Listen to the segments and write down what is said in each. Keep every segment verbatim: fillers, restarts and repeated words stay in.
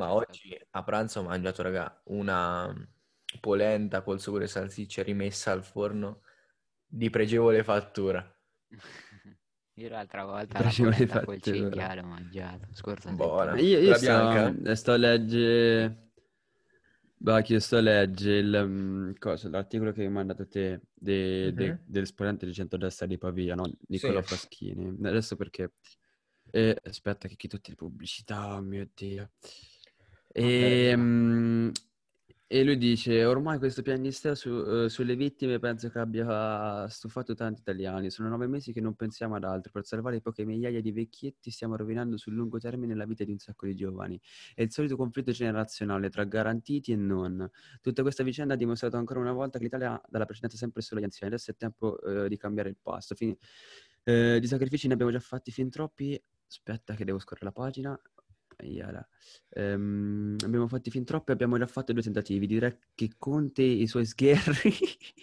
Ma oggi a pranzo ho mangiato, raga, una polenta col sugo e salsicce rimessa al forno di pregevole fattura. Io l'altra volta la Piacevole polenta col fattura. cinghiale ho mangiato, scorsa Buona. settimana. Io, io Quella sto, bianca? sto a leggere... Bacchio, sto a leggere il, mm, cosa, l'articolo che hai mandato te de- de- Mhm. dell'esponente di centrodestra di Pavia, no? Sì. Niccolò Fraschini. Adesso perché... eh, aspetta che chi tutte le pubblicità, oh mio Dio. E, mm, e lui dice, ormai questo piagnisteo su- eh, sulle vittime penso che abbia stufato tanti italiani. Sono nove mesi che non pensiamo ad altro. Per salvare poche migliaia di vecchietti stiamo rovinando sul lungo termine la vita di un sacco di giovani. È il solito conflitto generazionale tra garantiti e non. Tutta questa vicenda ha dimostrato ancora una volta che l'Italia dà la precedenza sempre solo agli anziani. Adesso è tempo eh, di cambiare il passo. Fin- eh, di sacrifici ne abbiamo già fatti fin troppi. Aspetta che devo scorrere la pagina. Aiala. Ehm, abbiamo fatti fin troppi e abbiamo già fatto due tentativi. Direi che Conte e i suoi sgherri...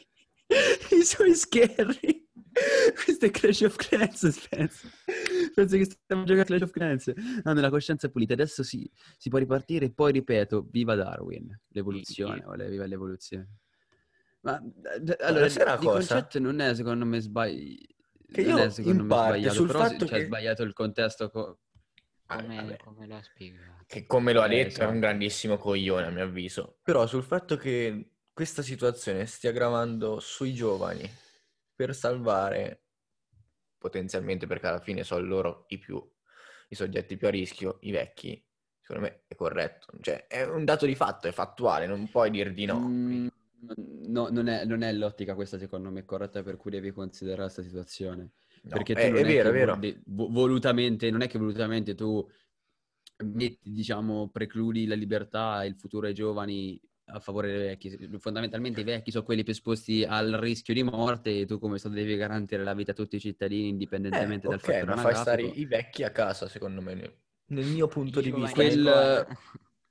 I suoi sgherri... Questo è Clash of Clans, penso. Penso che stiamo giocando a Clash of Clans. Hanno la coscienza pulita. Adesso sì, si può ripartire e poi ripeto, viva Darwin, l'evoluzione, vuole, viva l'evoluzione. Ma d- Ma lo allora, sai una di cosa? concetto non è secondo me sbagliato, Che non è io secondo in me parte sbagliato, sul però si- fatto cioè, è che... sbagliato il contesto. co- Ah, Come, vabbè, come l'ha spiegato? che come lo ha eh, detto è un esatto. grandissimo coglione a mio avviso. Però sul fatto che questa situazione stia gravando sui giovani per salvare potenzialmente, perché alla fine sono loro i più, i soggetti più a rischio, i vecchi, secondo me è corretto. Cioè, è un dato di fatto, è fattuale, non puoi dir di no. Mm, no, non è, non è l'ottica questa secondo me corretta per cui devi considerare questa situazione. No, Perché tu è, è non è vero, che è vol- vero. de- vo- volutamente, non è che volutamente tu metti, diciamo, precludi la libertà e il futuro ai giovani a favore dei vecchi. Fondamentalmente i vecchi sono quelli più esposti al rischio di morte e tu come Stato devi garantire la vita a tutti i cittadini Eh, indipendentemente dal ok, fattore ma fai stare anagrafico. i vecchi a casa, secondo me, nel nel mio punto I di giovani vista, a nel... scuola. Quel...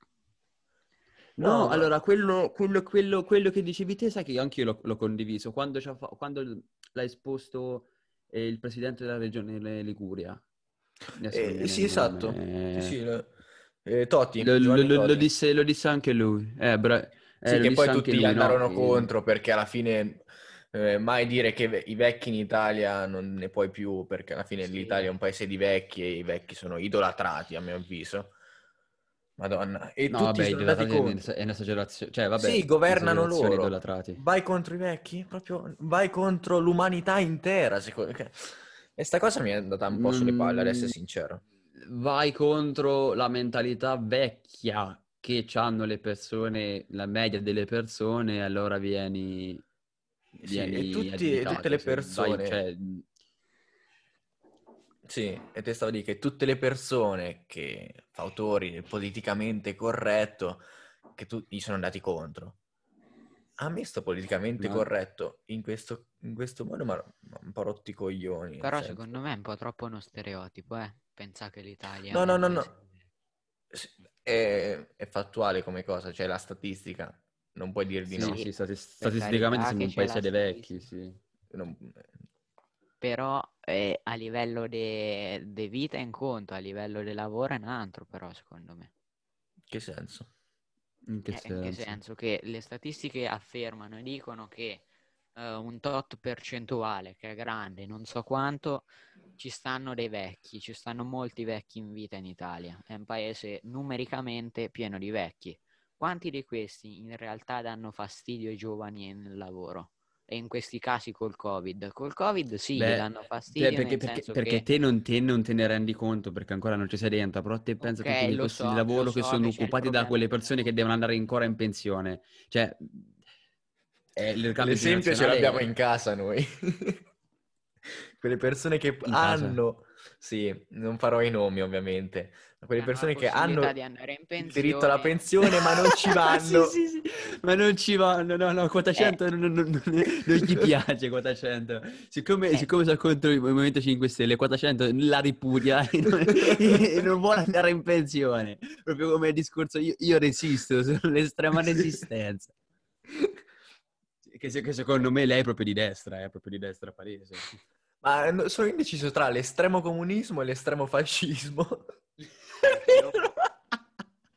No, No, ma... allora quello, quello, quello, quello che dicevi te, sai che anche io l'ho, l'ho condiviso. Quando, ci ha fa- quando l'ha esposto eh, il presidente della regione Le- Liguria, adesso non mi Eh, viene sì, il esatto. Sì, nome. sì, lo- eh, Totti, Lo, lo- Giovanni lo- lo Toti. disse, lo disse anche lui. Eh, bra- eh, Sì, lo che poi disse anche tutti gli lui, no? andarono Che... contro perché alla fine eh, mai dire che ve- i vecchi in Italia non ne puoi più, perché alla fine l'Italia Sì. è un paese di vecchi e i vecchi sono idolatrati, a mio avviso. Madonna. E No, tutti vabbè, sono andati idolatrati è contro. un'es- è un'esagerazione. Cioè, vabbè, Sì, governano esagerazione loro. idolatrati. Vai contro i vecchi? Proprio vai contro l'umanità intera, secondo me. E sta cosa mi è andata un po' sulle palle, ad essere Non... sincero. Vai contro la mentalità vecchia che hanno le persone, la media delle persone, allora vieni, Sì, e vieni tutti, e tutte aggiudicato. le Se vai, persone, cioè, sì, e te stavo a dire che tutte le persone che, fautori del politicamente corretto, che tu, gli sono andati contro. A me sto politicamente no, corretto in questo, in questo modo, ma ma un po' rotti i coglioni, nel Però senso... secondo me è un po' troppo uno stereotipo, eh. Pensa che l'Italia No, è no, un no, paese... no. Sì, È, è fattuale come cosa, c'è la statistica, non puoi dir di sì, no. Sì, sì, stati- per statisticamente carità siamo che un c'è paese la dei vecchi, statistica. sì. Non- Però eh, a livello di vita è in conto, a livello di lavoro è un altro, però secondo me. Che senso? In che Eh, in che senso? senso? Che le statistiche affermano e dicono che eh, un tot percentuale, che è grande, non so quanto, ci stanno dei vecchi, ci stanno molti vecchi in vita in Italia. È un paese numericamente pieno di vecchi. Quanti di questi in realtà danno fastidio ai giovani e nel lavoro? E in questi casi col Covid. Col Covid sì, gli Beh, danno te- fastidio perché, nel perché- senso perché che, te non, te non te ne rendi conto perché ancora non ci sei dentro, però te pensa a tutti ok, quei lo posti di so, lo lavoro che so sono che c'è il occupati da problema quelle del persone che devono lavoro. andare ancora in pensione. Cioè, è il ricambio L'esempio ce l'abbiamo in generazionale casa noi. Quelle persone che in casa. hanno, sì, non farò i nomi ovviamente, ma Che quelle hanno la persone che possibilità di hanno andare in il diritto alla pensione e non ci pensione ma non ci Sì, vanno. sì, sì, ma non ci vanno, no, no, quota Eh, cento non, non- non- non gli piace quota cento. Siccome, eh, siccome sono contro il Movimento cinque Stelle, quota cento la ripudia e non, e non vuole andare in pensione. Proprio come il discorso, io, io resisto, sono l'estrema resistenza. Che, se- che secondo me lei è proprio di destra, è proprio di destra palese. Ma no- sono indeciso tra l'estremo comunismo e l'estremo fascismo. anch'io.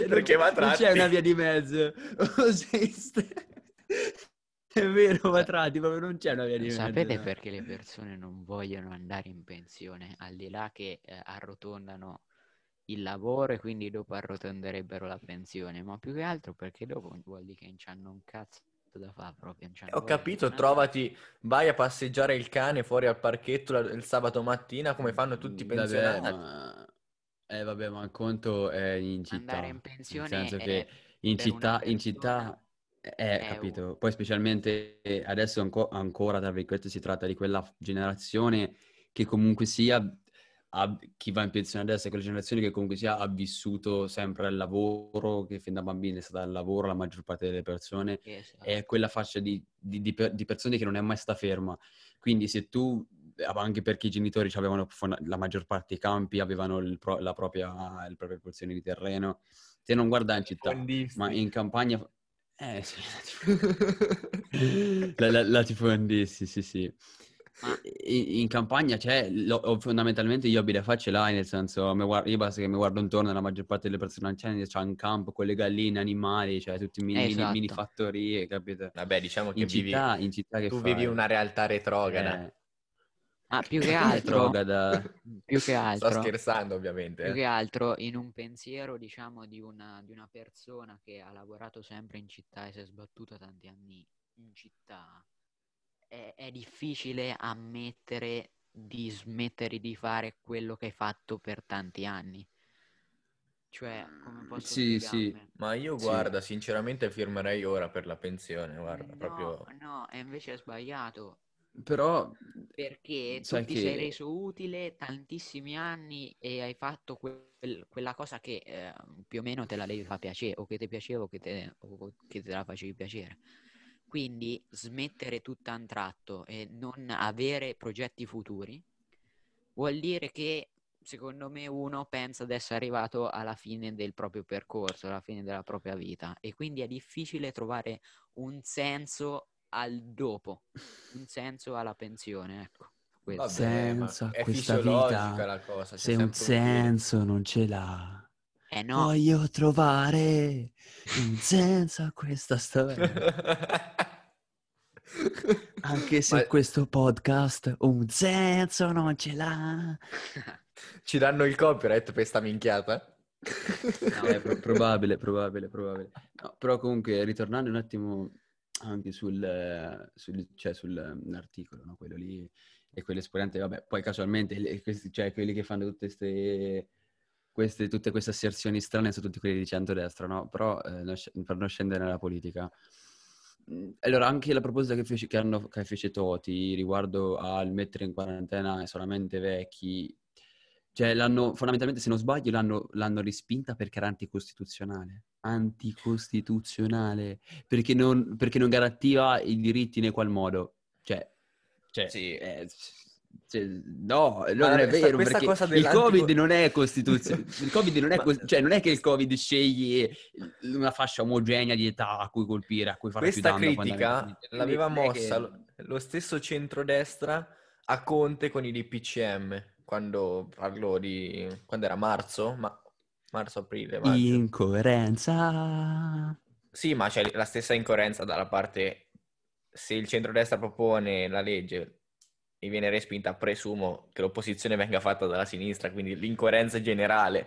Perché va non tratti. c'è una via di mezzo. Non esiste. È vero, va tratti, proprio non c'è una via di mezzo. Sapete no. perché le persone non vogliono andare in pensione? Al di là che eh, arrotondano il lavoro e quindi dopo arrotonderebbero la pensione, ma più che altro perché dopo vuol dire che non c'hanno un cazzo da fare proprio. Non c'hanno Ho voglia di capito, fare trovati, vai a passeggiare il cane fuori al parchetto la- il sabato mattina come fanno tutti i Vabbè, pensionati. ma... Eh, vabbè, ma il conto è in andare in città. Nel pensione senso è che in per una città, in persona città... Eh, è un... capito. Poi specialmente adesso anco- ancora, tra virgolette, si tratta di quella generazione che comunque sia... ha- chi va in pensione adesso è quella generazione che comunque sia ha vissuto sempre al lavoro, che fin da bambini è stata al lavoro la maggior parte delle persone, Esatto. è quella fascia di, di- di per- di persone che non è mai stata ferma. Quindi se tu, anche perché i genitori avevano la maggior parte dei campi, avevano il pro- la propria, le proprie porzioni di terreno, se non guarda in città, ma in campagna... Eh sì, la, la, latifondissi, sì sì. Ma In, in campagna c'è, lo- fondamentalmente io hobby da faccia ce l'hai, nel senso, mi guardo, io basta che mi guardo intorno, la maggior parte delle persone anziane c'ha un campo con le galline, animali, cioè tutti mini, mini, mini esatto. fattorie, capito? Vabbè, diciamo che In vivi, città, in città che tu vivi fai? una realtà retrograda. Eh, Ma più che ma che altro, retrograda? più che Sto altro, scherzando, ovviamente. più eh. che altro in un pensiero, diciamo, di una, di una persona che ha lavorato sempre in città e si è sbattuta tanti anni in città, è, è difficile ammettere di smettere di fare quello che hai fatto per tanti anni. Cioè, come posso Sì, sì, spiegarmi? Ma io, sì. guarda, sinceramente firmerei ora per la pensione, guarda, No, proprio... no, e invece è sbagliato. Però, Perché tu sai ti sei che... reso utile tantissimi anni e hai fatto quel- quella cosa che eh, più o meno te la devi far piacere, o che ti piaceva o che te, o che te la facevi piacere. Quindi smettere tutto a un tratto e non avere progetti futuri vuol dire che, secondo me, uno pensa di essere arrivato alla fine del proprio percorso, alla fine della propria vita, e quindi è difficile trovare un senso al dopo, un senso alla pensione, ecco. Questo. Vabbè, ma senso a è questa fisiologica vita, la cosa, c'è se un sempre un fine. senso non ce l'ha, Eh no, voglio trovare un senso a questa storia. Anche Ma se questo podcast un senso non ce l'ha. ci danno il copyright per sta minchiata? No, è pro- probabile, probabile, probabile. No, però comunque, ritornando un attimo anche sul, eh, sul- cioè sull'articolo, no? Quello lì e quell'esponente, vabbè, poi casualmente, le- questi- cioè quelli che fanno tutte queste, queste, tutte queste asserzioni strane sono tutti quelli di centrodestra, no? Però, eh, non sc- per non scendere nella politica. Mm, Allora, anche la proposta che fece, che hanno, che fece Toti riguardo al mettere in quarantena solamente vecchi, cioè l'hanno, fondamentalmente se non sbaglio, l'hanno, l'hanno respinta perché era anticostituzionale. Anticostituzionale, perché non, perché non garantiva i diritti in equal modo. Cioè, cioè, Sì. eh, cioè, no, no, Ma non è la- sta- vero, questa perché cosa il Covid dell'antico... non è costituzionale. Il Covid non è, Ma... cos- cioè, non è che il Covid sceglie una fascia omogenea di età a cui colpire, a cui fare più Questa danno critica fondamentalmente. Quindi l'aveva non è mossa che... lo lo stesso centrodestra a Conte con i D P C M, quando parlò di... quando era marzo? Ma... marzo, aprile, maggio. Incoerenza. Sì, ma c'è la stessa incoerenza dalla parte... Se il centrodestra propone la legge e viene respinta, presumo che l'opposizione venga fatta dalla sinistra, quindi l'incoerenza è generale.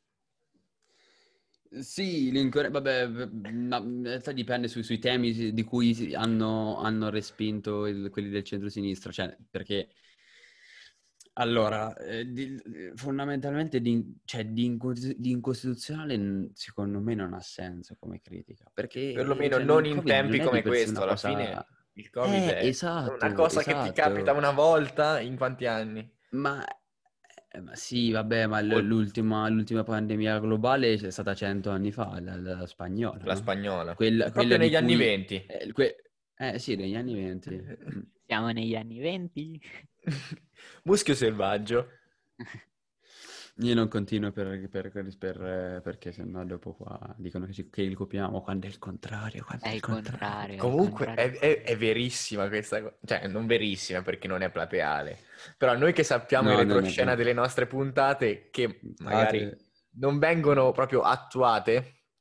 Sì, l'incoer- vabbè, v- ma in realtà dipende sui, sui temi di cui si- hanno, hanno respinto il- quelli del centro-sinistra, cioè, perché allora, eh, di- fondamentalmente di, cioè, di incos- di incostituzionale n- secondo me non ha senso come critica, perché Perlomeno cioè, non il in Covid non tempi è di come per sé questo. una Alla cosa... fine il Covid Eh, è una esatto, cosa che ti capita esatto. una volta in quanti anni? Ma, eh, ma sì, vabbè, ma l- O l'ultima, l'ultima pandemia globale c'è stata cento anni fa, la, la spagnola, la no? spagnola. Quella, Proprio quella di negli anni cui... venti. Eh, que- eh, sì, negli anni venti. Mm. siamo negli anni venti. Muschio selvaggio. Io non continuo per, per- per- eh, perché sennò dopo qua dicono che, ci- che li copiamo quando è il contrario, quando È è il il contrario. contrario, è il Comunque è, contrario. è- è verissima questa cosa. Cioè, non verissima perché non è plateale. Però noi che sappiamo in No, no, no, retroscena no. delle nostre puntate che magari State... non vengono proprio attuate,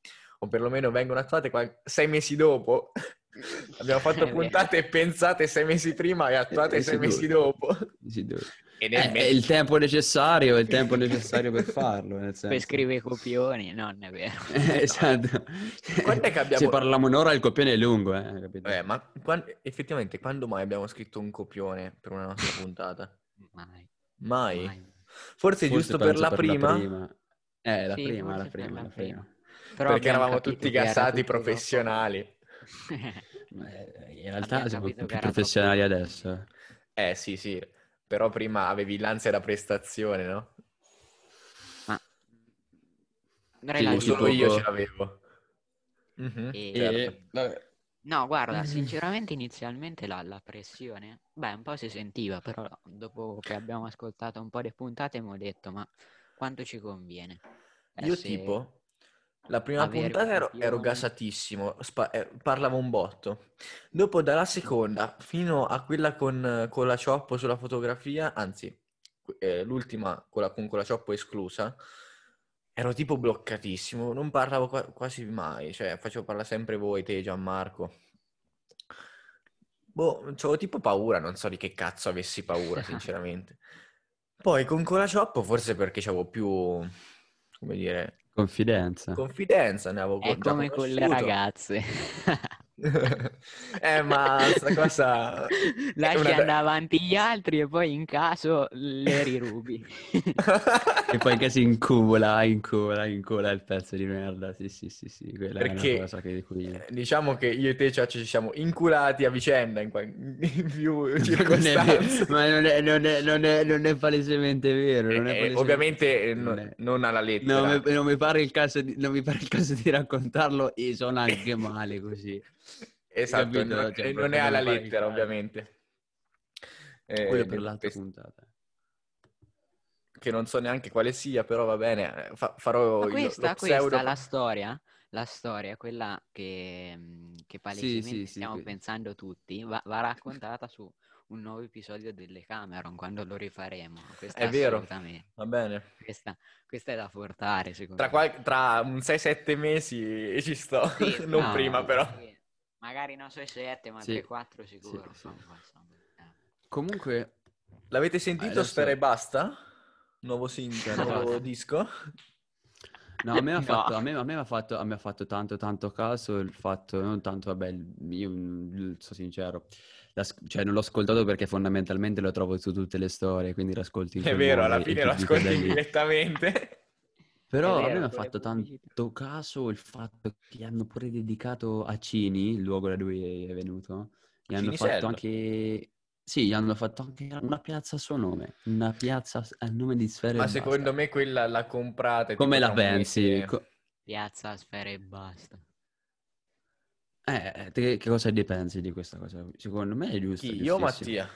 o perlomeno vengono attuate qual- sei mesi dopo. Abbiamo fatto È puntate pensate sei mesi prima e attuate Eh, sei sicuro. mesi dopo. Sicuro. E Eh, nel è me- il tempo necessario, è il tempo necessario per farlo, nel Per senso. scrivere i copioni, no, non è vero. Eh, esatto. Quando è che abbiamo- Se parliamo un'ora il copione è lungo, eh, capito? Eh, ma quan- effettivamente quando mai abbiamo scritto un copione per una nostra puntata? Mai, Mai. mai. Forse, Forse giusto per penso la prima, Eh, la Sì, prima, la forse per prima, la la prima. Però perché abbiamo eravamo capito tutti che era gassati tutto troppo- professionali. Ma, eh, in realtà Abbiamo siamo capito più che era professionali troppo adesso. Eh sì, sì, però prima avevi l'ansia da prestazione, no? Ma Sì, O relativo. solo io ce tipo... l'avevo. Mhm, E- certo. E... vabbè. No, guarda, sinceramente inizialmente la, la pressione, beh, un po' si sentiva, però dopo che abbiamo ascoltato un po' le puntate abbiamo detto, ma quanto ci conviene Io essere- tipo, la prima avere un puntata ero, ero copione? gasatissimo, spa- eh, parlavo un botto. Dopo dalla seconda fino a quella con, con la Cioppo sulla fotografia, anzi, eh, l'ultima con la, con quella Cioppo esclusa, ero tipo bloccatissimo, non parlavo qua- quasi mai, cioè facevo parlare sempre voi, te, Gianmarco. Boh, c'avevo tipo paura, non so di che cazzo avessi paura, sinceramente. Poi con Colaccioppo, forse perché c'avevo più, come dire, Confidenza. confidenza, ne avevo È co- già come con le conosciuto. ragazze. Eh, ma sta cosa è Lasci una... andare avanti gli altri e poi in caso le rirubi. E poi che si incula, incula, incula il pezzo di merda. Sì, sì, sì, sì, quella è una Perché cosa che di cui... eh, diciamo che io e te cioè, ci siamo inculati a vicenda in, qua- in più Non è circostanze. vero, ma non è, non è- non è- non è palesemente vero, non è Eh, eh, palesemente ovviamente eh, vero, non no- è- non alla Non lettera. mi, non mi pare il caso di, non mi pare il caso di raccontarlo e suona anche male così. Esatto, Capito? non, Cioè, eh, non proprio è non alla mi pare il lettera, caso. ovviamente. Eh, Quello per de- l'altra quest- puntata. che non so neanche quale sia, però va bene, eh, fa- farò Ma il- questa, lo questa, pseudo... la storia, la storia, quella che, mh, che Sì, palesemente sì, sì. stiamo que- pensando tutti, va, va raccontata su un nuovo episodio delle Cameron quando lo rifaremo. Questa È vero, assolutamente. va bene. Questa, questa è da portare, secondo Tra, me. qual- tra un sei sette mesi ci sto, Sì, non no, prima però. sì. Magari non so sette, ma Sì, tre quattro sì, sicuro. sì. Insomma, insomma. Eh. Comunque, L'avete sentito adesso... Sfera e Basta? Nuovo, sing- Sfera e nuovo Basta. disco? No, a me ha No. fatto, a me, a me ha fatto, a me ha fatto tanto, tanto caso il fatto, non tanto, vabbè, io mm, sono sincero, l'as- cioè non l'ho ascoltato perché fondamentalmente lo trovo su tutte le storie, quindi lo ascolti in È quel vero, modo alla e fine lo giudico da ascolti lì. direttamente. Però È a me vero, mi ha con le fatto pubblicità. tanto caso il fatto che hanno pure dedicato a Cini, il luogo da cui è venuto, gli hanno fatto Cinisello. anche... Sì, gli hanno fatto anche una piazza a suo nome, una piazza a nome di Sfera Ma e secondo Basta. me quella l'ha comprata Come tipo la tra un pensi? mese. Co- Piazza, sfera e basta. Eh, te che cosa ne pensi di questa cosa? Secondo me è giusto, Chi? Io o giustissimo. Mattia?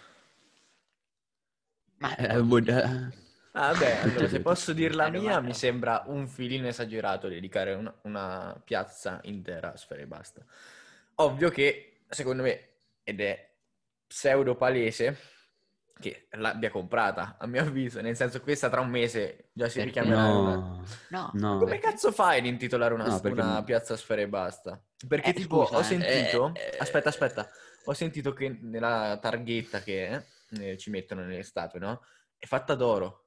Ma Eh, vuol- eh, Ah, beh, tutte allora e se due, posso tutte e dir due. la È mia, domanda- mi sembra un filino esagerato dedicare una, una piazza intera a Sfera e Basta. Ovvio che, secondo me, ed è pseudo palese, che l'abbia comprata, a mio avviso, nel senso che questa tra un mese già si Perché? richiamerà in una... No, No, Ma no, come perché? cazzo fai ad intitolare una, no, perché... una piazza a Sfera e Basta? Perché Eh, tipo ho scusa, eh. sentito... Eh, eh, Aspetta, aspetta. Ho sentito che nella targhetta che è, eh, ci mettono nelle statue, no? È fatta d'oro.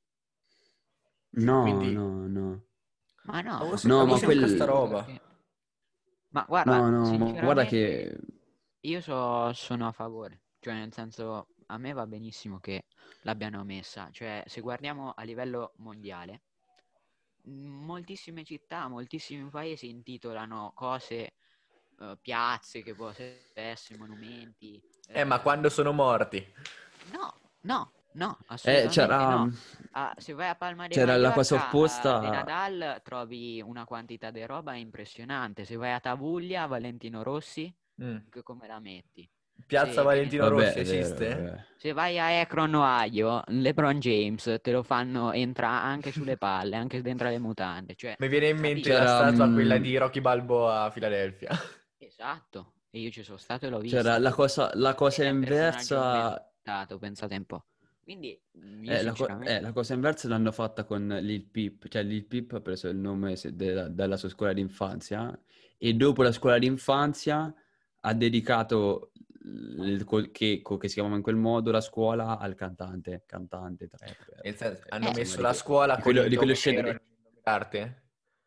No, Quindi no, no. Ma no, avevo, ma se- No, avevo ma io sono sentito sta quel... sicuro roba. che... Ma guarda, No, no, ma guarda sinceramente che... io so- sono a favore. Cioè, nel senso, a me va benissimo che l'abbiano messa. Cioè, se guardiamo a livello mondiale, m- moltissime città, moltissimi paesi intitolano cose, eh, piazze che possono essere monumenti. Eh, ma eh, quando sono morti? No, no, no, Eh, assolutamente c'era... no. Ah, se vai a Palma de C'era la cosa Mallorca, ah, de opposta... Nadal, trovi una quantità di roba impressionante. Se vai a Tavuglia, Valentino Rossi, Mm. che come la metti? Piazza Se, che ne Valentino so, Vabbè, Rossi è vero, esiste? vabbè. se vai a Akron, Ohio, LeBron James te lo fanno entrare anche sulle palle, anche dentro le mutande. Cioè, Mi viene in mente capito? la C'era... statua, quella mm, di Rocky Balboa a Filadelfia. Esatto. E io ci sono stato e l'ho C'era vista. la cosa, la cosa Ed è un personaggio inversa... inventato, pensate un po'. Quindi io Eh, la, co- sinceramente... eh, la cosa inversa l'hanno fatta con Lil Peep, cioè Lil Peep ha preso il nome se- della, dalla sua scuola d'infanzia e dopo la scuola d'infanzia ha dedicato il col checco che si chiamava in quel modo la scuola al cantante, cantante, trapper, Nel senso, eh, hanno Eh, insomma messo di, la que- scuola di con quello, il di quello nome scena vero e di- il nome d'arte?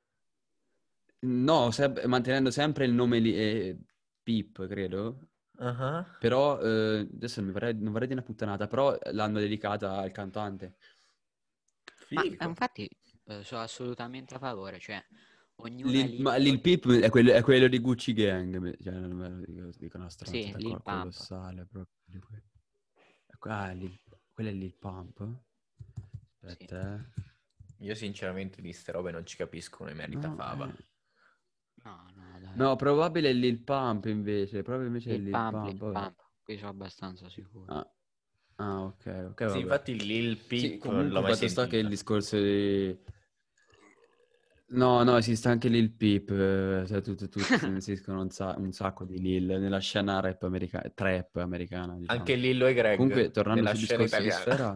No, sempre- mantenendo sempre il nome lì, eh, Peep, credo. Ah. Però eh, adesso non, mi vorrei, non vorrei dire una puttanata, però l'hanno dedicata al cantante. ma eh, Figo. infatti eh, sono assolutamente a favore, cioè ognuno è Lil, ma libero Lil di... Peep è quello, è quello di Gucci Gang, me- cioè, non me lo dico, dico una Sì, stronzata Lil co- Pump. colossale proprio. di que- Ecco, Ah, Lil- quello è Lil Pump? Sì. Aspetta, eh. Io sinceramente di ste robe non ci capisco ne merita No, fava. eh. No, no, dai. No, probabile è Lil Pump invece, proprio invece è Lil Lil Pump, Pump. Lil Vabbè. Pump. Qui sono abbastanza sicuro. Ah, ah, ok, ok, Sì, vabbè. infatti Lil Sì, Peep non l'ho comunque mai fatto sta che il sentito. discorso di... No, no, esiste anche Lil Peep, eh, cioè, tutti, tutti, esistono un, sa- un sacco di Lil nella scena rap americana, trap americana, Anche diciamo. Lillo e Comunque, Greg tornando nella sul scena discorso di italiana. Sfera...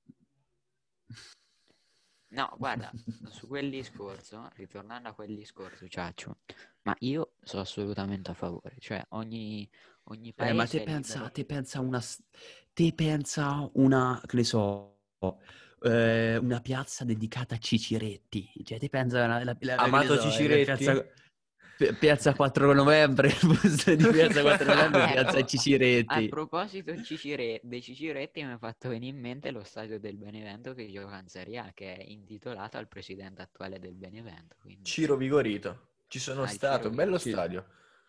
No, guarda, su quel discorso, ritornando a quel discorso, Ciaccio, ma io sono assolutamente a favore, cioè ogni, ogni Eh, ma te paese è pensa, libero. te pensa una, s- te pensa una, che ne so, eh, una piazza dedicata a Ciciretti, cioè te pensa la, la- la- che ne Amato so, eh, Ciciretti? piazza, pi- piazza quattro novembre, il busto di piazza quattro novembre, piazza Ecco, a Ciciretti. proposito Cicire- dei Ciciretti mi ha fatto venire in mente lo stadio del Benevento che gioca in Serie A, che è intitolato al presidente attuale del Benevento, quindi Ciro Vigorito. Ci sono al Ciro stato, bello Vigorito. Ci- stadio.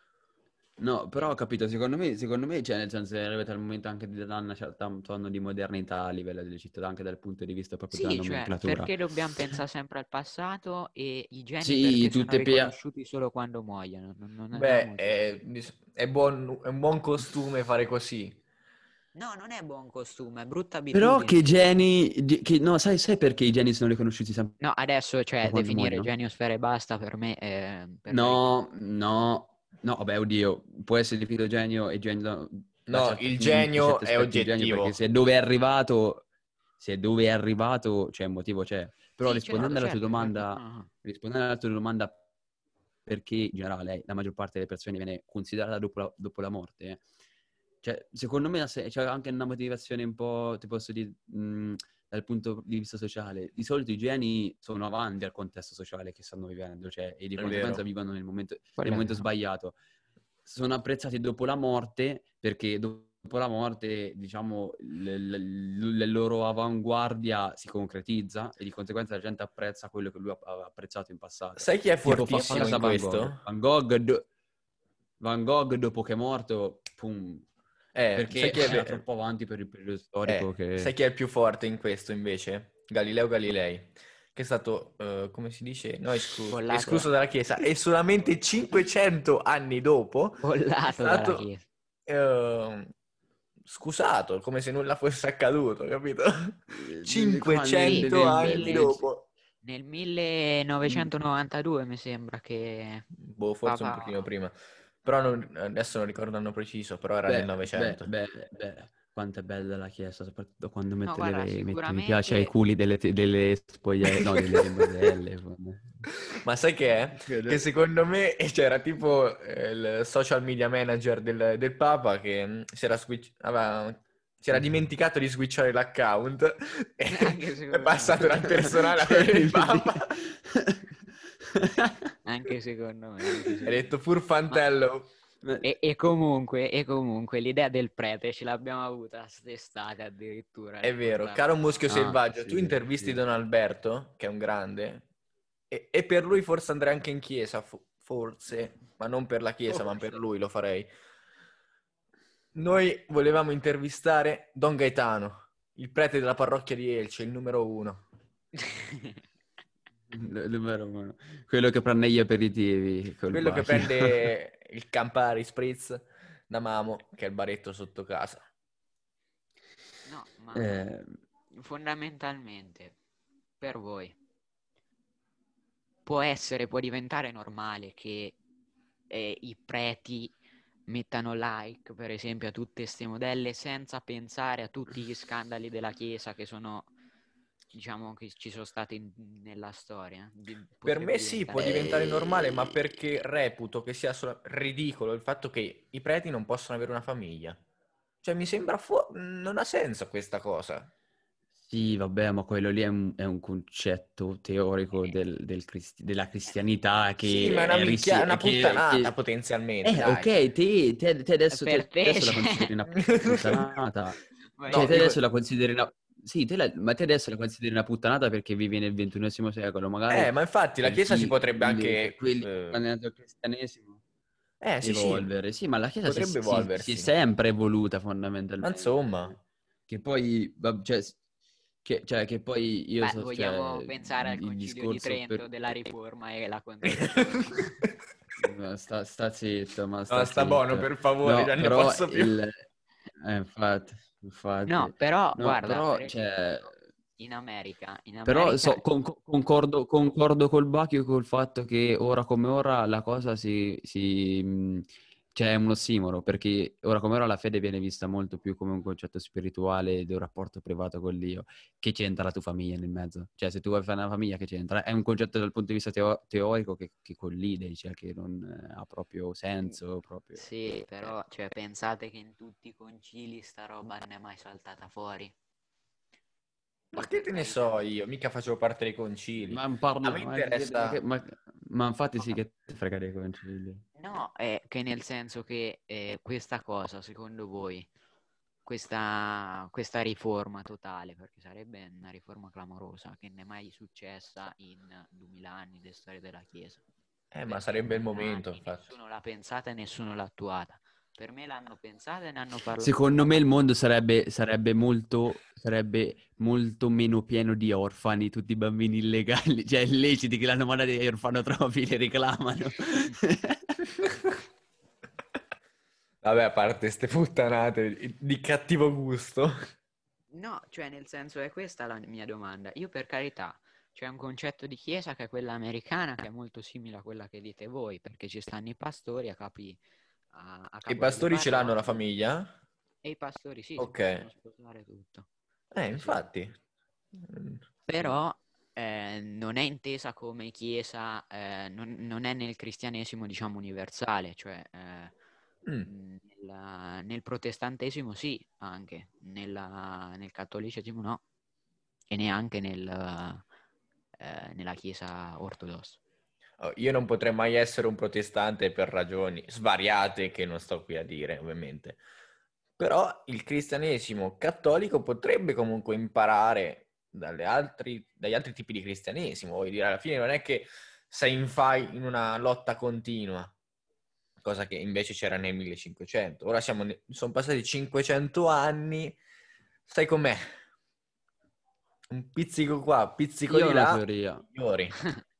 No, però ho Quindi, capito, secondo me, secondo me, cioè, nel senso, è arrivato il momento anche di dare una certa un tono di modernità a livello delle città, anche dal punto di vista proprio della sì, cioè, nomenclatura. perché dobbiamo pensare sempre al passato e i geni Sì, perché sono tutte pia... riconosciuti solo quando muoiono, non, non Beh, andiamoci. è, è buon, è un buon costume fare così. No, non è buon costume, è brutta Però abitudine che secondo me. geni... di- Che, no, sai, sai perché i geni sono riconosciuti sempre No, adesso, cioè, quando definire muoiono? geniosfera e basta per me è, per me è No, ridicolo. no, no, vabbè, oddio, può essere definito genio e genio da, da No, certi, il in genio certi è aspetti un genio, perché oggettivo. se dove è arrivato, se dove è arrivato, c'è un motivo, c'è. Però Sì, certo, rispondendo alla tua certo, certo. domanda, No, no. rispondendo alla tua domanda, perché in generale la maggior parte delle persone viene considerata dopo la, dopo la morte, eh. Cioè, secondo me se- c'è anche una motivazione un po', ti posso dire, mh, dal punto di vista sociale. Di solito i geni sono avanti al contesto sociale che stanno vivendo, cioè, e di È conseguenza vero. vivono nel momento, nel Quello è momento vero. sbagliato. Sono apprezzati dopo la morte perché dopo la morte, diciamo, l- l- la loro avanguardia si concretizza e di conseguenza la gente apprezza quello che lui ha ha apprezzato in passato. Sai chi è Tipo fa, fa fortissimo caso in a Van Gogh. questo? Van Gogh, do- Van Gogh dopo che è morto, pum, Eh, sai perché chi è, era ve- troppo avanti per il periodo storico eh, sai che... chi è il più forte in questo invece? Galileo Galilei, che è stato, eh, come si dice, no, escluso, Bollato, escluso da- dalla Chiesa e solamente cinquecento anni dopo è bollato dalla stato Chiesa. eh, scusato, come se nulla fosse accaduto, capito? eh, qua nel, Sì, cinquecento nel, nel, anni nel- dopo. nel millenovecentonovantadue mi sembra che Boh, forse un pochino Papa... prima. Però non- adesso non ricordo l'anno preciso, però era nel Beh, beh, Novecento. beh, beh, quanto è bella la Chiesa, soprattutto quando No, mette, le, guarda, mette mi piace ai sicuramente... culi delle, delle spoglie, no, delle modelle. Ma sai che è? Che secondo me c'era tipo eh, il social media manager del, del Papa che mh, si era, switch- aveva- si era dimenticato di switchare l'account e Anche è secondo me. passato dal personale a Cioè, quello del Papa. Anche secondo me, anche Hai secondo me. detto Ma... furfantello. E, e comunque, e comunque l'idea del prete ce l'abbiamo avuta quest'estate addirittura È nel vero, portarlo caro qua. Muschio Ah, Selvaggio, tu sì, intervisti sì. Don Alberto, che è un grande, e, e per lui forse andrei anche in chiesa, fo- forse, ma non per la chiesa, ma per Forse. lui lo farei. Noi volevamo intervistare Don Gaetano, il prete della parrocchia di Elce, il numero uno. L- numero uno. Quello che prende gli aperitivi col Quello che bacio. prende il Campari Spritz da Mamo, che è il baretto sotto casa. No, ma Eh, fondamentalmente per voi può essere, può diventare normale che eh, i preti mettano like, per esempio, a tutte queste modelle senza pensare a tutti gli scandali della Chiesa che sono, diciamo, che ci sono stati in- nella storia. Di- Per potrebbe me sì, può diventare... diventare normale, ma Eh, perché reputo che sia solo- ridicolo il fatto che i preti non possano avere una famiglia. Cioè, mi sembra fu- non ha senso questa cosa. Sì, vabbè, ma quello lì è un, è un concetto teorico Eh, del- del cristi- della eh, cristianità Sì, ma è che una è, minchia, è risi- una che, puttanata che- potenzialmente, Eh, dai. ok, te, te- te adesso, per te te, adesso la cioè... consideri una puttanata. Ma Cioè, No, te io- dico, adesso la consideri una... Sì, te la- ma te adesso la consideri una puttanata perché vivi nel ventunesimo secolo. Magari eh, ma infatti la per Chiesa si chi, potrebbe le- anche, quelli che eh, hanno nato al cristianesimo, eh, sì, sì, evolvere. Sì, ma la Chiesa si, potrebbe si- si è evolversi. sempre evoluta Ma insomma, fondamentalmente. Che poi, va- cioè, s- che, cioè, che poi io Beh, so, vogliamo cioè, pensare al il Concilio di discorso Trento per... della Riforma e la Contestazione. Ma Sta, sta zitto, ma no, sta sta buono, zitto. per favore, No, già ne però posso più. il... Eh, infatti, No, infatti. però, No, guarda, per però, cioè... esempio, in America, in Però America so- con- concordo, concordo col Bacchio col fatto che ora come ora la cosa si... si mh, cioè è un ossimoro, perché ora come ora la fede viene vista molto più come un concetto spirituale di un rapporto privato con Dio. Che c'entra la tua famiglia nel mezzo? Cioè, se tu vuoi fare una famiglia, che c'entra? È un concetto dal punto di vista teo- teorico che, che collide, cioè che non eh, ha proprio senso, proprio... sì, però, cioè, pensate che in tutti i concili sta roba non è mai saltata fuori. Ma Poi che per te ne carità. so io, mica facevo parte dei concili. Ma, non A parlo, me ma, che- ma che- interessa... ma- ma infatti sì che ti frega dei concili. No, è che nel senso che eh, questa cosa, secondo voi, questa, questa riforma totale, perché sarebbe una riforma clamorosa, che non è mai successa in duemila anni di storia della Chiesa, Eh, ma perché in sarebbe il duemila momento, anni infatti. nessuno l'ha pensata e nessuno l'ha attuata. Per me l'hanno pensata e ne hanno parlato. Secondo me il mondo sarebbe, sarebbe molto, sarebbe molto meno pieno di orfani, tutti i bambini illegali, cioè illeciti che l'hanno mandati agli orfanotrofi li reclamano. Vabbè, a parte ste puttanate di cattivo gusto. No, cioè nel senso è questa la mia domanda. Io per carità, c'è un concetto di chiesa che è quella americana, che è molto simile a quella che dite voi, perché ci stanno i pastori a capi, a, a I capo delle pastori ce l'hanno la parrocchie famiglia? e i pastori sì, si Ok. possono sposare tutto. Eh, Sì, sì. infatti. Mm. Però eh, non è intesa come chiesa, eh, non, non è nel cristianesimo, diciamo, universale, cioè eh, Mm. mh, nella- nel protestantesimo sì, anche, nella- nel cattolicesimo no, e neanche nel, eh, nella chiesa ortodossa. Oh, io non potrei mai essere un protestante per ragioni svariate che non sto qui a dire, ovviamente. Però il cristianesimo cattolico potrebbe comunque imparare dalle altri, dagli altri tipi di cristianesimo. Voglio dire, alla fine non è che sei in fai in una lotta continua, cosa che invece c'era nel millecinquecento. Ora siamo ne- sono passati cinquecento anni, sai com'è? Un pizzico qua, pizzico Io ho di una là, teoria. migliori.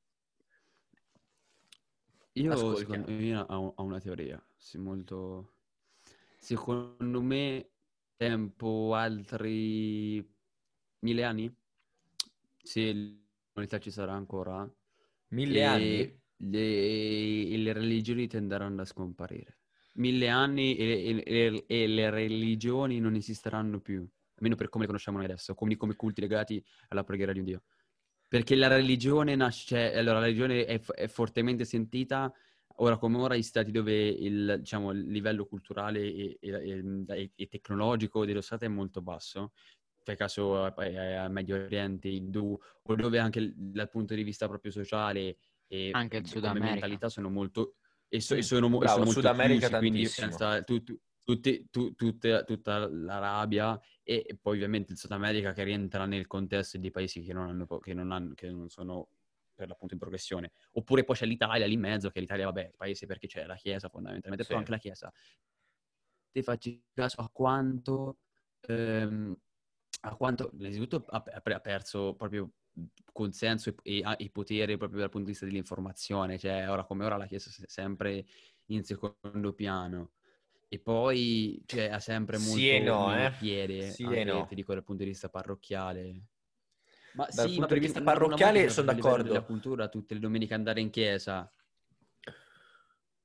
Io, secondo Ascoltiamo. io ho, ho una teoria, sì, molto... Secondo me, tempo altri mille anni, se l'umanità ci sarà ancora, Mille anni? e le, le religioni tenderanno a scomparire. Mille anni e, e- e le religioni non esisteranno più, almeno per come le conosciamo noi adesso, come, come culti legati alla preghiera di un Dio. Perché la religione nasce, cioè, allora la religione è, è fortemente sentita ora come ora in stati dove il, diciamo, il livello culturale e, e- e- e tecnologico dello Stato è molto basso. Fai caso a, a- a Medio Oriente, Indù, o dove anche il- dal punto di vista proprio sociale e Anche il Sud come America. mentalità sono molto, e, so- e Mm, sono, mo- e bravo, sono Sud molto America chiusi, quindi io tantissimo. penso a tu- tu- tutti- tu- tutte- tutta l'Arabia e, e poi ovviamente il Sud America che rientra nel contesto di paesi che non, hanno, po- che non, hanno, che non sono per l'appunto in progressione. Oppure poi c'è l'Italia lì in mezzo, che l'Italia, vabbè, è il paese perché c'è la Chiesa fondamentalmente, Sì. però anche la Chiesa, ti facci caso a quanto, ehm, a quanto innanzitutto ha, ha perso proprio consenso e, e ha il potere proprio dal punto di vista dell'informazione, cioè ora come ora la Chiesa è sempre in secondo piano. E poi cioè, ha sempre Sì e molto no, meno eh? piede, Sì e anche no. ti dico dal punto di vista parrocchiale. Ma Dal sì, ma punto di perché vista una, una volta parrocchiale c'era sono proprio il livello della d'accordo. cultura, tutte le domeniche andare in chiesa.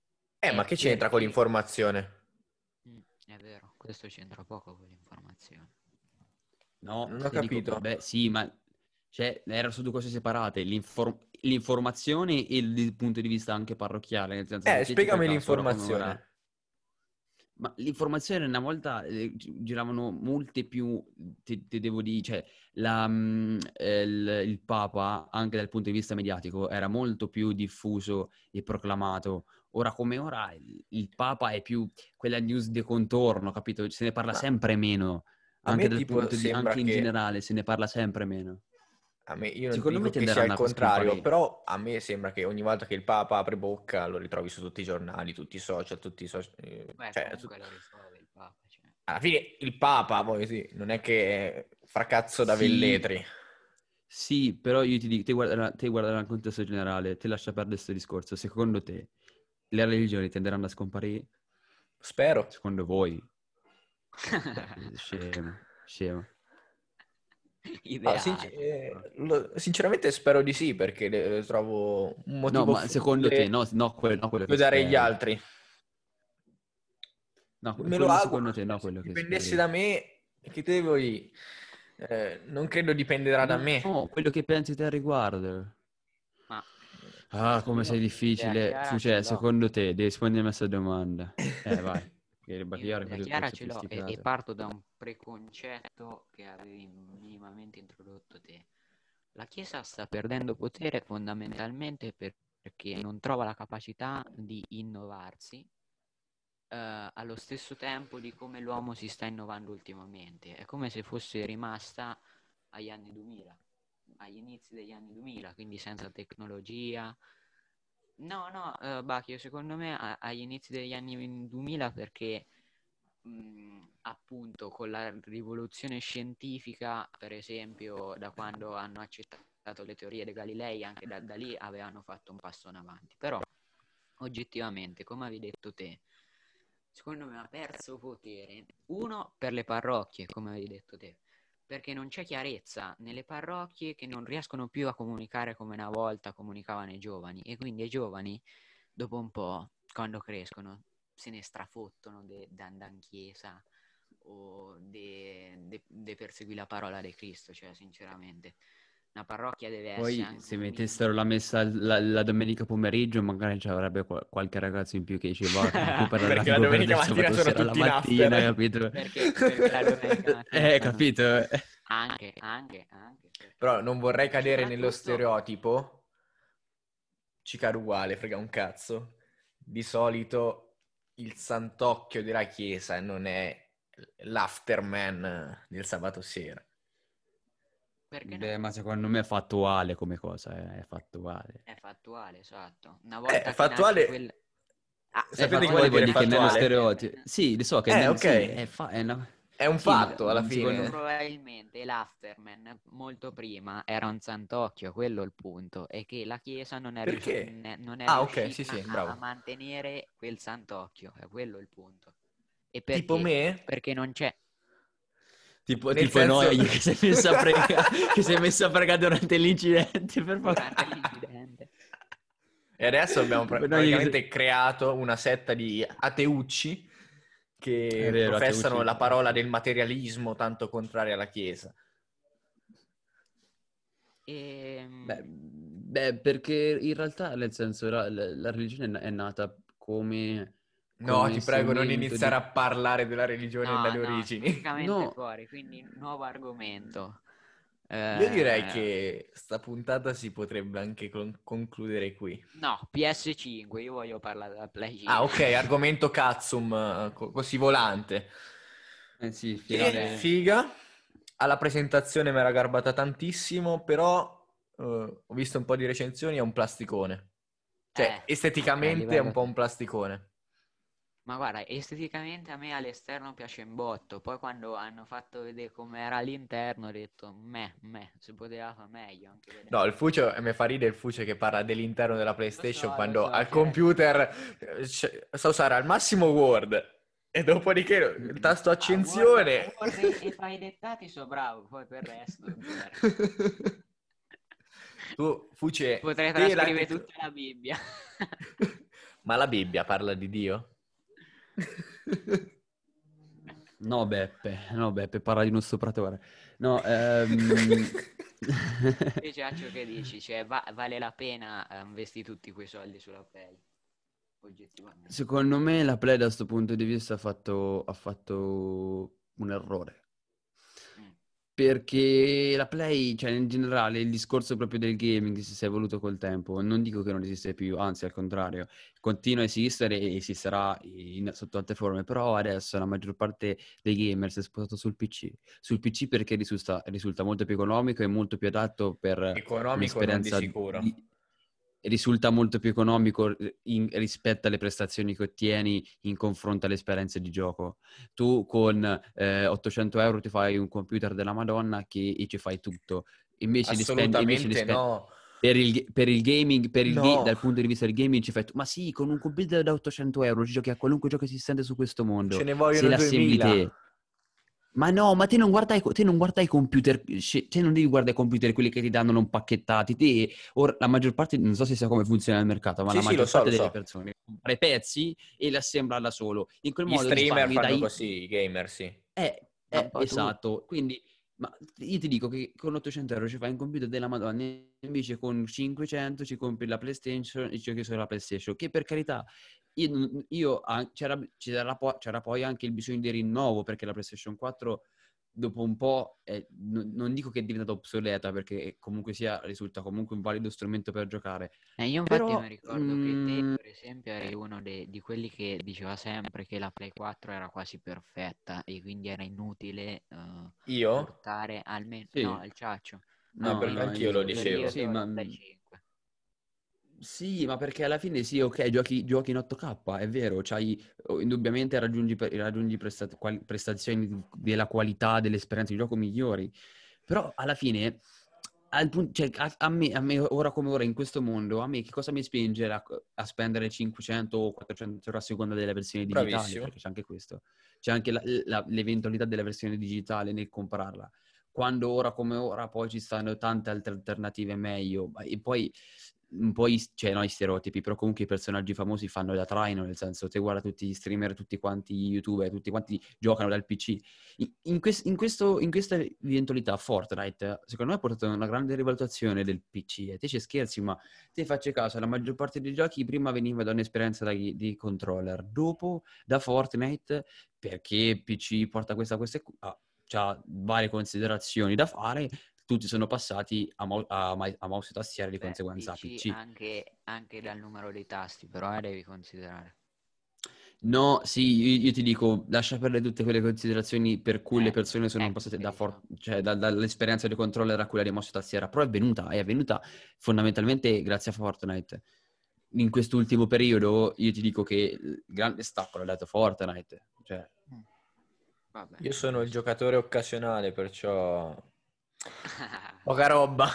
Eh, ma è che c'entra con perché... l'informazione? Mm, è vero, questo c'entra poco con l'informazione. No, Non ho ti dico, capito. beh, sì, ma cioè, erano su due cose separate, l'infor- l'informazione e il, il punto di vista anche parrocchiale, nel senso, Eh, se te ci fai spiegami caso, ora come ora... l'informazione. Ma l'informazione una volta eh, gi- giravano molte più, ti, ti devo dire, cioè la, mm, eh, il, il Papa, anche dal punto di vista mediatico, era molto più diffuso e proclamato. Ora come ora il, il Papa è più quella news di contorno, capito? Se ne parla Ma sempre meno, a anche me dal tipo punto di, sembra anche in che... generale se ne parla sempre meno. A me, io non ti Secondo me dico che sia il tenderanno a contrario, scomparire. però a me sembra che ogni volta che il Papa apre bocca lo ritrovi su tutti i giornali, tutti i social, tutti i social... eh, Beh, cioè, su- comunque lo risolve il Papa, cioè. alla fine il Papa, poi sì, non è che fracazzo da Sì, velletri. sì, però io ti dico, te guarda, te guarda nel contesto generale, te lascia perdere questo discorso. Secondo te le religioni tenderanno a scomparire? Spero. Secondo voi? Beh, scemo, scemo. Ah, sinc- Ideale. eh, lo- sinceramente spero di sì, perché le- le trovo un No, motivo ma secondo te, futile no, no, quello, no quello che odiare gli speri. altri. No, que- Me lo quello auguro, secondo te, cioè, no se quello che dipendesse speri. da me, che te devo dire? Eh, non credo dipenderà da No, me. no, quello che pensi te al riguardo. Ma Ah, come sei io un'idea difficile. Fu- chiara ce cioè, l'ho. secondo te, devi rispondermi a questa domanda. Eh, vai. Che è Io chiaro un'idea che è chiara ce l'ho e, e sofisticato. parto da un preconcetto che avevi minimamente introdotto te. La Chiesa sta perdendo potere fondamentalmente per- perché non trova la capacità di innovarsi eh, allo stesso tempo di come l'uomo si sta innovando ultimamente. È come se fosse rimasta agli anni duemila, agli inizi degli anni duemila, quindi senza tecnologia. No, no, eh, Bacchio, secondo me a- agli inizi degli anni duemila perché mh, appunto con la rivoluzione scientifica, per esempio, da quando hanno accettato le teorie dei Galilei, anche da, da lì avevano fatto un passo in avanti. Però oggettivamente, come avevi detto te, secondo me ha perso potere, uno per le parrocchie, come avevi detto te, perché non c'è chiarezza nelle parrocchie che non riescono più a comunicare come una volta comunicavano i giovani e quindi i giovani dopo un po', quando crescono, se ne strafottono di andare in chiesa o di perseguire la parola di Cristo, cioè sinceramente. Una parrocchia deve essere Poi, anche se un mettessero minimo... la messa la, la domenica pomeriggio, magari ci avrebbe qual- qualche ragazzo in più che diceva che recupera la, Perché la recupera domenica del mattina sabato sono sera alla tutti in mattina, after. capito? Perché, perché la domenica mattina Eh, sono tutti... capito? Anche, anche, anche, perché... Però non vorrei Ma cadere nello soprattutto... stereotipo. Ci cade uguale, frega un cazzo. Di solito il santocchio della chiesa non è l'afterman del sabato sera. Perché no? Beh, ma secondo me è fattuale come cosa, eh, è fattuale. È fattuale, esatto. Una Eh, volta che nasce fattuale. quel... Ah, È una Sapete che volta fattuale vuol che vuol dire dire che nasce nello fattuale? stereotipo... l'afterman... Sì, lo so che... Eh, nel- Sì, ok. è, fa... è una... È un Sì, fatto alla l- Molto secondo... fine. probabilmente l'afterman molto prima era un santocchio, quello è il punto, è che la Chiesa non è, rius- Perché? ne- non è Ah, ok, sì, riuscita sì, a, a bravo. mantenere quel santocchio, è quello il punto. E Tipo perché? me? Perché non c'è... Tipo, Nel tipo senso... noi che sei messo a pregare, che sei messo a pregare durante l'incidente, per favore. durante l'incidente. E adesso abbiamo pra- Tipo noi che sei... praticamente creato una setta di ateucci È che vero, professano Ateucci. la parola del materialismo tanto contraria alla Chiesa. E... Beh, beh, perché in realtà, nel senso, la, la- la religione è nata come, No, come ti prego, non strumento iniziare di... a parlare della religione No, dalle no, origini. praticamente No, fuori, quindi nuovo argomento. Io direi Eh, che sta puntata si potrebbe anche con- concludere qui. no, P S cinque, io voglio parlare della Play Ah, ok, cinque. argomento Katsum, eh, co- così volante. eh sì, Che Ok. finale... figa. Alla presentazione mi era garbata tantissimo, però eh, ho visto un po' di recensioni, è un plasticone. Eh, Cioè, ok, a esteticamente è un livello... po' un plasticone. Ma guarda, esteticamente a me all'esterno piace un botto, poi quando hanno fatto vedere com'era all'interno ho detto, meh, meh, si poteva fare meglio anche No, vedendo. il Fucio, mi fa ridere il Fucio che parla dell'interno della Lo so, PlayStation lo quando so, al cioè... computer eh, c- sa usare al massimo Word e dopodiché il tasto Ah, Word, accensione. Word e, e fai i dettati, so bravo, poi per il resto, zero. Tu, Fuce, Potrei te la trascrivere tec- tutta la Bibbia. Ma la Bibbia parla di Dio? No, Beppe, no, Beppe, parla di uno stupratore. No, ehm... E Giaccio, che dici? Cioè, va- vale la pena eh, investire tutti quei soldi sulla Play? Oggettivamente. Secondo me la Play da questo punto di vista ha fatto, ha fatto un errore. Mm. Perché la Play, cioè in generale, il discorso proprio del gaming si è evoluto col tempo. Non dico che non esiste più, anzi al contrario, continua a esistere e esisterà in, sotto altre forme, però adesso la maggior parte dei gamer si è spostato sul P C. Sul P C perché risulta, risulta molto più economico e molto più adatto per Economico non di un'esperienza sicuro. di- risulta molto più economico in- rispetto alle prestazioni che ottieni in confronto alle esperienze di gioco. Tu con eh, ottocento euro ti fai un computer della Madonna che, e ci fai tutto. Invece di spendi, invece di Assolutamente spen- no. per il, per il gaming, per il ga- No. dal punto di vista del gaming ci fai tu. Ma sì, con un computer da ottocento euro ci giochi a qualunque gioco esistente su questo mondo. Ce ne Se vogliono l'assembli duemila. te. Ma no, ma te non guardai, te non guardai i computer, sce- te non devi guardare i computer quelli che ti danno non pacchettati. Te, ora, la maggior parte, non so se sa come funziona il mercato, ma Sì, la sì, lo maggior so, parte lo delle so. persone compra i pezzi e li assembla da solo. In quel Gli modo streamer risparmi fanno dai... così, i gamer, sì. Eh, Ma un eh, po' tu. esatto. Quindi, ma io ti dico che con ottocento euro ci fai un computer della Madonna, invece con cinquecento ci compri la PlayStation e giochi sulla PlayStation, che per carità... Io, non- io an- c'era, c'era, po- c'era poi anche il bisogno di rinnovo perché la PlayStation quattro dopo un po', eh, non, non dico che è diventata obsoleta perché comunque sia risulta comunque un valido strumento per giocare, Eh, io infatti mi però ricordo che te, mm, per esempio, eri uno de- di quelli che diceva sempre che la Play quattro era quasi perfetta e quindi era inutile eh, Io? portare almeno... sì, No, il Ciaccio. Ah, no, perché no, anch'io lo Questo io, io- dicevo. sì, periodo ma la Play mm, cinque. sì, ma perché alla fine sì, ok, giochi, giochi in otto K, è vero, c'hai, oh, indubbiamente raggiungi, pre- raggiungi presta- quali- prestazioni di- della qualità delle esperienze di gioco migliori, però alla fine, al pun- cioè, a, a me, a me ora come ora in questo mondo, a me che cosa mi spinge a, a spendere cinquecento o quattrocento euro a seconda delle versioni digitali? Bravissimo. Perché c'è anche questo, c'è anche la- la- l'eventualità della versione digitale nel comprarla. Quando ora come ora poi ci stanno tante altre alternative meglio, ma- e poi un po' i, cioè, no, i stereotipi, però comunque i personaggi famosi fanno da traino, nel senso, te guarda tutti gli streamer, tutti quanti gli youtuber, tutti quanti giocano dal P C. In, in, quest- in questo, in questa eventualità Fortnite, secondo me ha portato a una grande rivalutazione del P C. E te ci scherzi, ma te facci caso, la maggior parte dei giochi prima veniva da un'esperienza da, di controller, dopo da Fortnite, perché P C porta questa, queste, ah, c'ha varie considerazioni da fare, tutti sono passati a, mo- a, ma- a mouse e tastiera, di Beh, conseguenza a P C P C. anche, anche dal numero dei tasti, però eh, devi considerare. No, sì, io, io ti dico, lascia perdere tutte quelle considerazioni per cui le Eh, persone sono ecco passate che da for- diciamo. cioè, da- dall'esperienza di controller a quella di mouse e tastiera, però è venuta, è avvenuta fondamentalmente grazie a Fortnite. In quest'ultimo periodo io ti dico che il grande stacco l'ha dato Fortnite, cioè, Mm. Vabbè, Io sono il giusto. giocatore occasionale, perciò poca roba.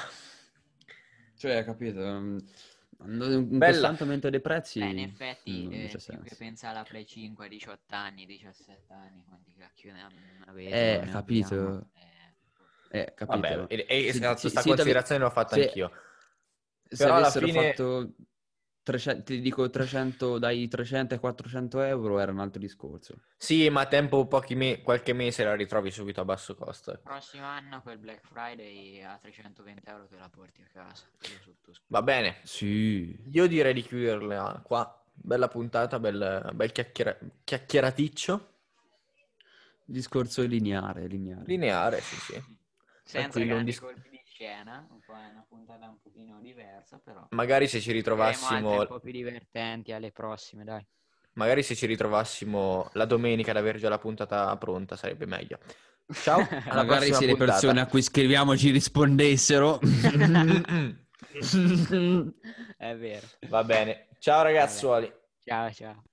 cioè, capito? Un un Bella. costante aumento dei Beh, in prezzi effetti, non, non c'è eh, più che senso. pensare alla Play cinque a diciotto anni, diciassette anni, quanti cacchio ne ne avete o Eh, ne abbiamo, capito? eh, Eh, Vabbè, capito? e, e Se, esatto, se, sta se io t'ave- considerazione l'ho fatta se- anch'io. se Però alla avessero fine, fatto trecento, ti dico trecento, dai trecento ai quattrocento euro era un altro discorso. sì, ma a tempo pochi me- qualche mese la ritrovi subito a basso costo. ecco. prossimo anno quel Black Friday a trecentoventi euro te la porti a casa. Io sottoscrivo. Va bene, Sì, io direi di chiuderla qua. Bella puntata, bel, bel chiacchiera- chiacchieraticcio. discorso lineare, lineare. Lineare, sì, sì. Senza Tranquillo, un grandi dis- colpi di scena, un po' è una puntata un pochino diversa, però magari se ci diremo altre un ritrovassimo, po' più divertenti alle prossime, dai. magari se ci ritrovassimo la domenica ad aver già la puntata pronta sarebbe meglio. Ciao, alla Magari prossima se le persone puntata. a cui scriviamo ci rispondessero. È vero. Va bene. Ciao Vabbè. ragazzuoli. Ciao, ciao.